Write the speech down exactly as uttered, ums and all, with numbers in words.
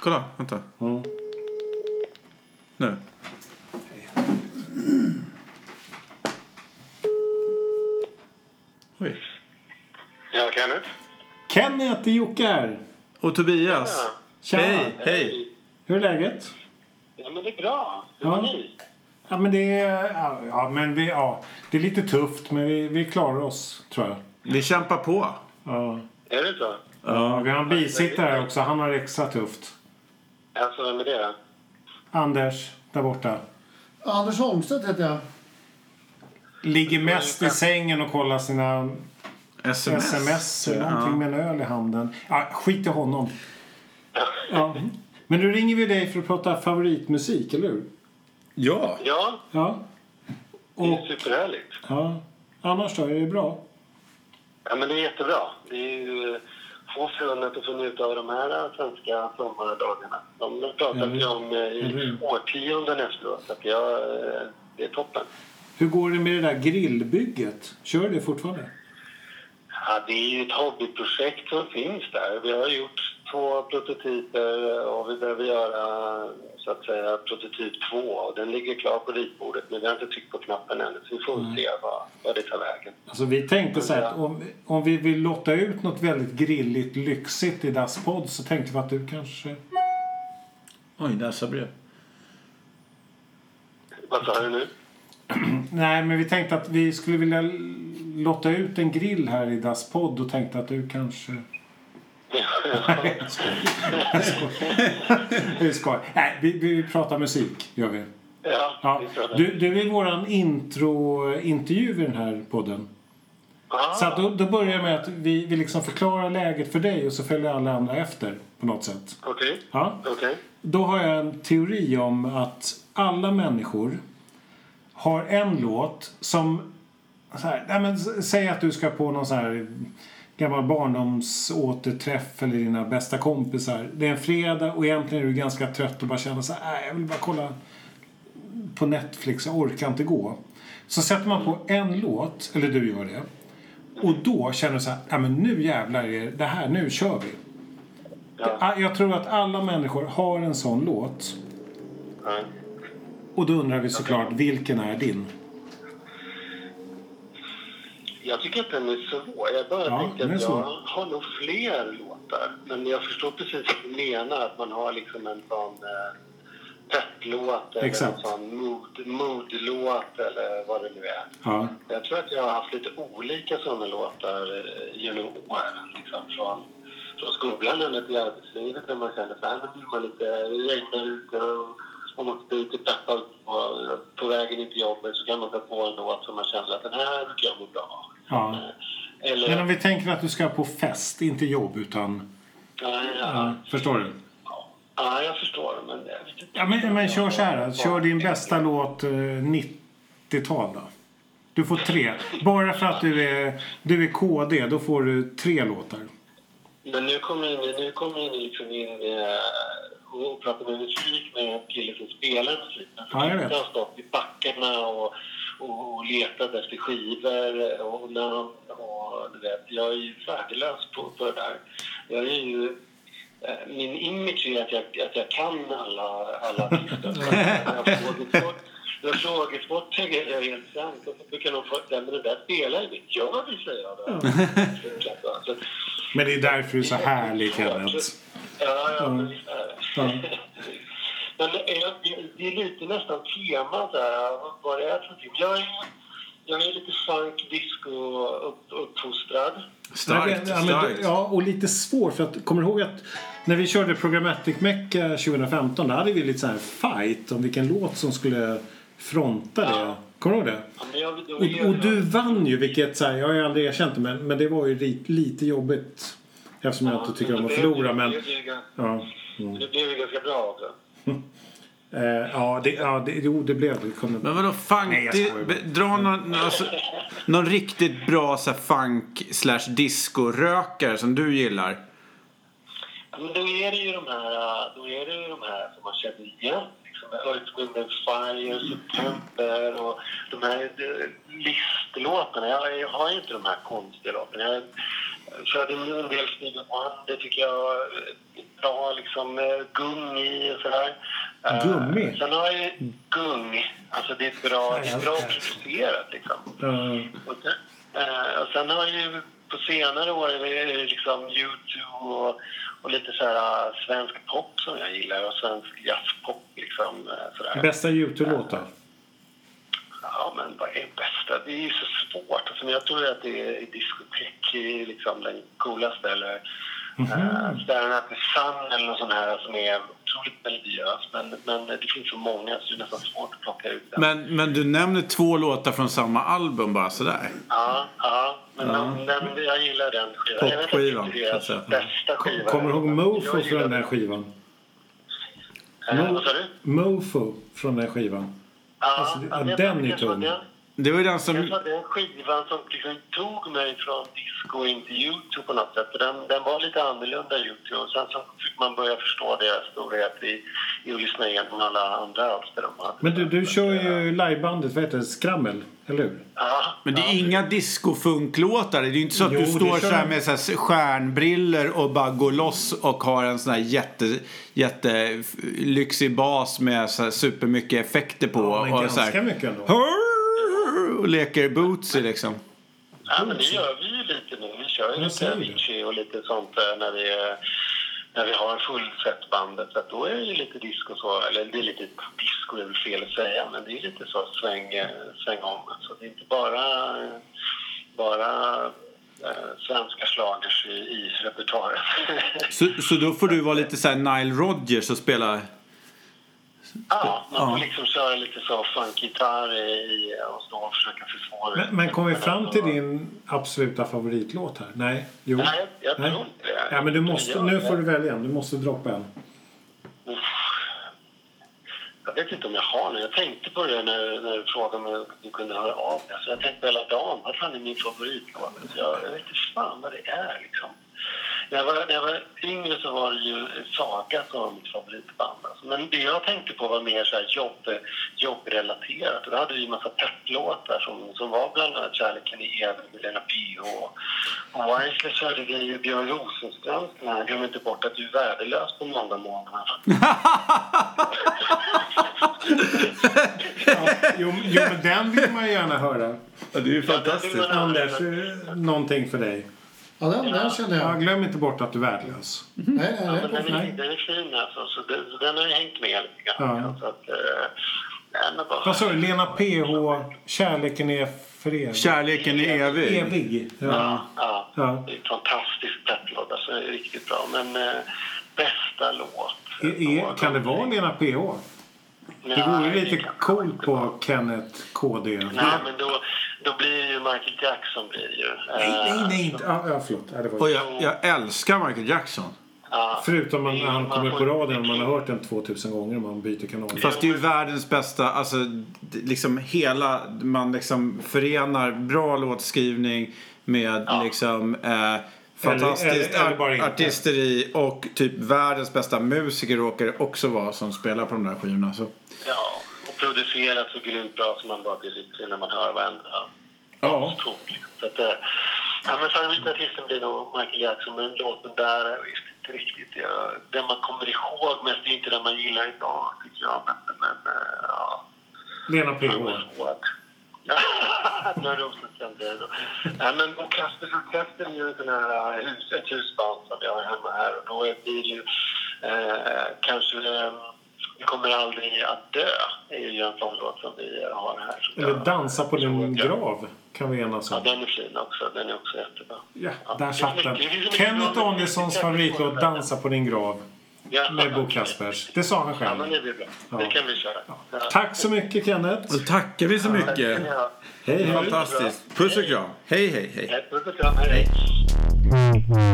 Kolla, vänta. Mm. Nu. Oj. Ja, Kenneth. Kenneth, Jocke här. Och Tobias. Ja. Tjena. Hej, hej. Hur är läget? Ja, men det är bra. Hur Ja. var ni? Ja, men det är, ja, ja, men vi, ja, det är lite tufft, men vi, vi klarar oss, tror jag. Vi kämpar på. Ja. Är det så? Ja, vi har en bisittare också. Han har extra tufft. Alltså, vem är det då? Anders, där borta. Anders Holmstedt heter jag. Ligger mest i sängen och kollar sina Sms. sms. Ja. Någonting med en öl i handen. Ja, skit i honom. Ja. Men nu ringer vi dig för att prata favoritmusik, eller hur? Ja. Ja, Ja. det är Och, superhärligt. ja. Annars då, är det bra? Ja, men det är jättebra. Det är ju få förunnat att få njuta av de här svenska sommardagarna. De har pratat Ja, ju om eh, i eller- årtionden efteråt. Så att jag, eh, det är toppen. Hur går det med det där grillbygget? Kör det fortfarande? Ja, det är ju ett hobbyprojekt som finns där. Vi har gjort två prototyper och vi behöver göra så att säga prototyp två. Och den ligger klar på ritbordet, men vi har inte tryckt på knappen än. Så vi får Mm. se vad, vad det tar vägen. Alltså vi tänkte så här att om, om vi vill lotta ut något väldigt grilligt, lyxigt i Dasspod, så tänkte vi att du kanske... Oj, läsa brev. Vad sa du nu? Nej, men vi tänkte att vi skulle vilja lotta ut en grill här i Dasspod och tänkte att du kanske... Nej, jag skojar. Jag skojar. Jag skojar. Nej, vi, vi pratar musik, gör vi. Ja, Ja. det tror jag. Du, du är våran intro-intervju i den här podden. Ah, Så att då, då börjar jag med att vi, vi liksom förklarar läget för dig och så följer alla andra efter på något sätt. Okej, Ja. okej. Då har jag en teori om att alla människor har en låt som... Så här, nej men, s- säg att du ska på någon så här gammal barndomsåterträff eller dina bästa kompisar. Det är en fredag och egentligen är du ganska trött och bara känner så här, nej, jag vill bara kolla på Netflix, jag orkar inte gå. Så sätter man på en låt, eller du gör det. Och då känner du så här, ja men nu jävlar är det här, nu kör vi. Ja. Jag tror att alla människor har en sån låt. Ja. Och då undrar vi såklart, vilken är din? Jag tycker att den är svår. Jag bara Ja, tänkte den är att svår. jag har nog fler låtar. Men jag förstår precis vad du menar. Att man har liksom en sån eh, pepplåt eller Exakt. en sån mood, moodlåt eller vad det nu är. Ja. Jag tror att jag har haft lite olika såna låtar eh, genom åren. Liksom, från, från skolan eller till arbetslivet där man känner så här, nu blir man lite regnar ute och om man ska lite peppad på, på vägen in till jobbet så kan man ta på en låt som man känner att den här brukar jag må bra. Ja. Eller, Men om vi tänker att du ska på fest, inte jobb utan... ja, ja, Ja, förstår du? ja, jag förstår. Men, jag vet inte. Ja, men, men kör så här. Kör din bästa låt eh, nittiotal då. Du får tre. Bara för att du är, du är K D, då får du tre låtar. Men nu kommer ni, nu kommer ni liksom in eh, och pratar med musik med en kille som spelar musik. Ja, jag vet. Jag har stått i backarna och, och, och letat efter skivor och namn och du vet, jag är ju värdelös på, på det där. Jag är ju, eh, min image är att jag, att jag kan alla, alla artister. Jag har frågesport, jag har frågesport tycker jag är helt sant. Och så brukar de få, men det där spelar ju inte jag, vill säga det. Så, Men det är därför du är så härlig, Kenneth. Ja, ja, men visst är det. Ja. Men det är, det är lite nästan tema där, vad det är för någonting. Jag är, jag är lite funk, disco upp, uppfostrad. Starkt, ja, men, starkt. ja, och lite svår för att, kommer du ihåg att när vi körde Programmatic Mecca tjugohundrafemton, då hade vi lite så här fight om vilken låt som skulle fronta det. Ja. Kommer du ihåg det? Ja, men jag, då Och, är och du vann ju, vilket så här, jag har ju aldrig erkänt det, men, men det var ju lite, lite jobbigt eftersom jag inte tycker om att förlora. Men, Det blev, ja, mm. det blev ju ganska bra också. eh, ja, det, ja det, jo, det blev det. Kunde... Men vadå funk? Nej, jag det, skojar bara. dra någon, alltså, någon riktigt bra så här, funk slash disco-rökare som du gillar. Ja, men då är det ju de här, då är det ju de här som man känner igen. Liksom, Earth, Wind and Fire, September och de här eh, listlåtarna. Jag, jag har ju inte de här konstiga låtarna. Jag, körde en del Stevie Wonder, det tycker jag är bra, liksom gung och sådär. Gummi? Uh, sen har jag ju gung, alltså det är bra, det är bra producerat liksom. Uh. Och, sen, uh, och sen har jag ju på senare år är det liksom YouTube och, och lite så här uh, svensk pop som jag gillar och svensk jazzpop liksom. Uh, sådär. Bästa YouTube-låtar? Uh. Ja, men vad är bästa? Det är ju så svårt. Alltså, jag tror att det är diskotek liksom den coolaste. Eller mm-hmm. uh, Staring at the Sun eller något sånt här som är otroligt melodiös. Men, men det finns så många så det är nästan svårt att plocka ut den. Men, men du nämner två låtar från samma album bara sådär? Ja, ja. Men ja. Den, den, jag gillar den skivan. Jag vet inte om det är deras bästa skiva. Kommer du ihåg Mofo från den här skivan? Uh, vad sa du? Mofo från den här skivan. Ja, alltså, ja, den, den är tung. Det var ju den som... Det var den skivan som liksom tog mig från disco in till YouTube på något sätt. För den, den var lite annorlunda YouTube. Och sen så fick man börja förstå deras storhet i, i att lyssna igenom alla andra alster de hade. Men du, du kör ju livebandet, vad heter det? Skrammel, eller hur? Ja. Men det är ja. inga disco-funklåtar. Det är ju inte så att Jo, du står så här kör... med så här stjärnbriller och bara går loss och har en sån här jätte, jätte lyxig bas med så här supermycket effekter på. Ja, men och ganska så här, mycket ändå. och leker bootsy liksom. Ja, men det gör vi ju lite nu. Vi kör ju lite Avicii och lite sånt när vi, när vi har fullsett bandet. Så att då är det ju lite disco så. Eller det är lite disco, det är väl fel att säga. Men det är lite så sväng, sväng om. Så det är inte bara, bara äh, svenska slagers i, i repertoaren. så, så då får du vara lite så här Nile Rodgers och spela... Ja, man får ja. liksom köra lite så funkgitarr i och stå och försöka försvara. Men, men kom vi fram till din absoluta favoritlåt här? Nej, jo. Nej, jag tror Nej. inte det. Ja, men du måste, nu får du välja en. Du måste droppa en. Uff. Jag vet inte om jag har någon. Jag tänkte på det när, när du frågade om du kunde höra av dig. Alltså, jag tänkte på hela dagen. Vad fan är min favoritlåt? Jag, jag vet inte fan vad det är liksom. När jag, var, när jag var yngre så var det ju Saga som var mitt favoritband. Alltså. Men det jag tänkte på var mer så här jobb, jobbrelaterat. Och då hade vi en massa pepplåtar som, som var bland annat Kärleken i evig med Lena P H. Och Weisler körde vi ju Björn Rosenströms. Nej, glöm inte bort att du är värdelös på många månader. ja, jo, jo, men den vill man gärna höra. Ja, det är ju fantastiskt. Ja, Anders, någonting för dig. Ja, den, den kände jag. Ja, glöm inte bort att du är värdelös. Mm. Nej, nej, ja, nej. men den, är, nej. den är fin alltså, så, det, så den har ju hängt med lite grann. Ja. Så att, eh, nej, men bara... Vad sa du? Lena P H, Kärleken är för evig. Kärleken är evig. Evig. Ja. Ja, ja. Ja. Det är en fantastisk pepplåt, alltså det är riktigt bra. Men eh, bästa låt... E, e, kan det vara Lena P H? Det vore ju lite coolt på Kenneth K D. Nej, men då, då blir ju Michael Jackson blir ju... Nej, nej, nej. Inte. Ja, ja, förlåt. Ja, det var... Och jag, jag älskar Michael Jackson. Ja, Förutom man, när han kommer på radion och man har hört den tvåtusen gånger och man byter kanal. Fast det är ju världens bästa, alltså liksom hela, man liksom förenar bra låtskrivning med ja. liksom eh, fantastiskt eller, eller, eller artisteri och typ världens bästa musiker råkar också vara som spelar på de där skivorna. Så. Ja, och producerat så grymt bra som man bara blir lycklig när man hör varandra. Ja. Så att, ja, men favoritartisten blir nog Michael Jackson, men låten där är visst inte riktigt. Ja, den man kommer ihåg mest är inte den man gillar idag, tycker jag. Men, men ja. Lena P H. Björn Rosenström. Nej, men Bo Kaspers Orkester är ju en sån här hus, ett husband som vi har hemma här. Och då är det ju eh, kanske eh, Vi kommer aldrig att dö. Det är ju en sån låt som vi har här. Eller Dansa på din grav kan vi enas om. Ja, den är fin också. Den är också jättebra. Ja, Ja, där det är satt den. mycket- det är mycket Kenneth bra- Danielssons favoritlåt Dansa på din grav Ja. med Bo Kaspers. Det sa han Ja, men själv. det blir bra. Ja. Det kan vi köra. Ja. Tack så mycket Kenneth. Då tackar vi så mycket. Ja. Hej hej. Fantastiskt. Puss och kram. Hej, hej, hej. Hej, puss och kram. Hej. Hej.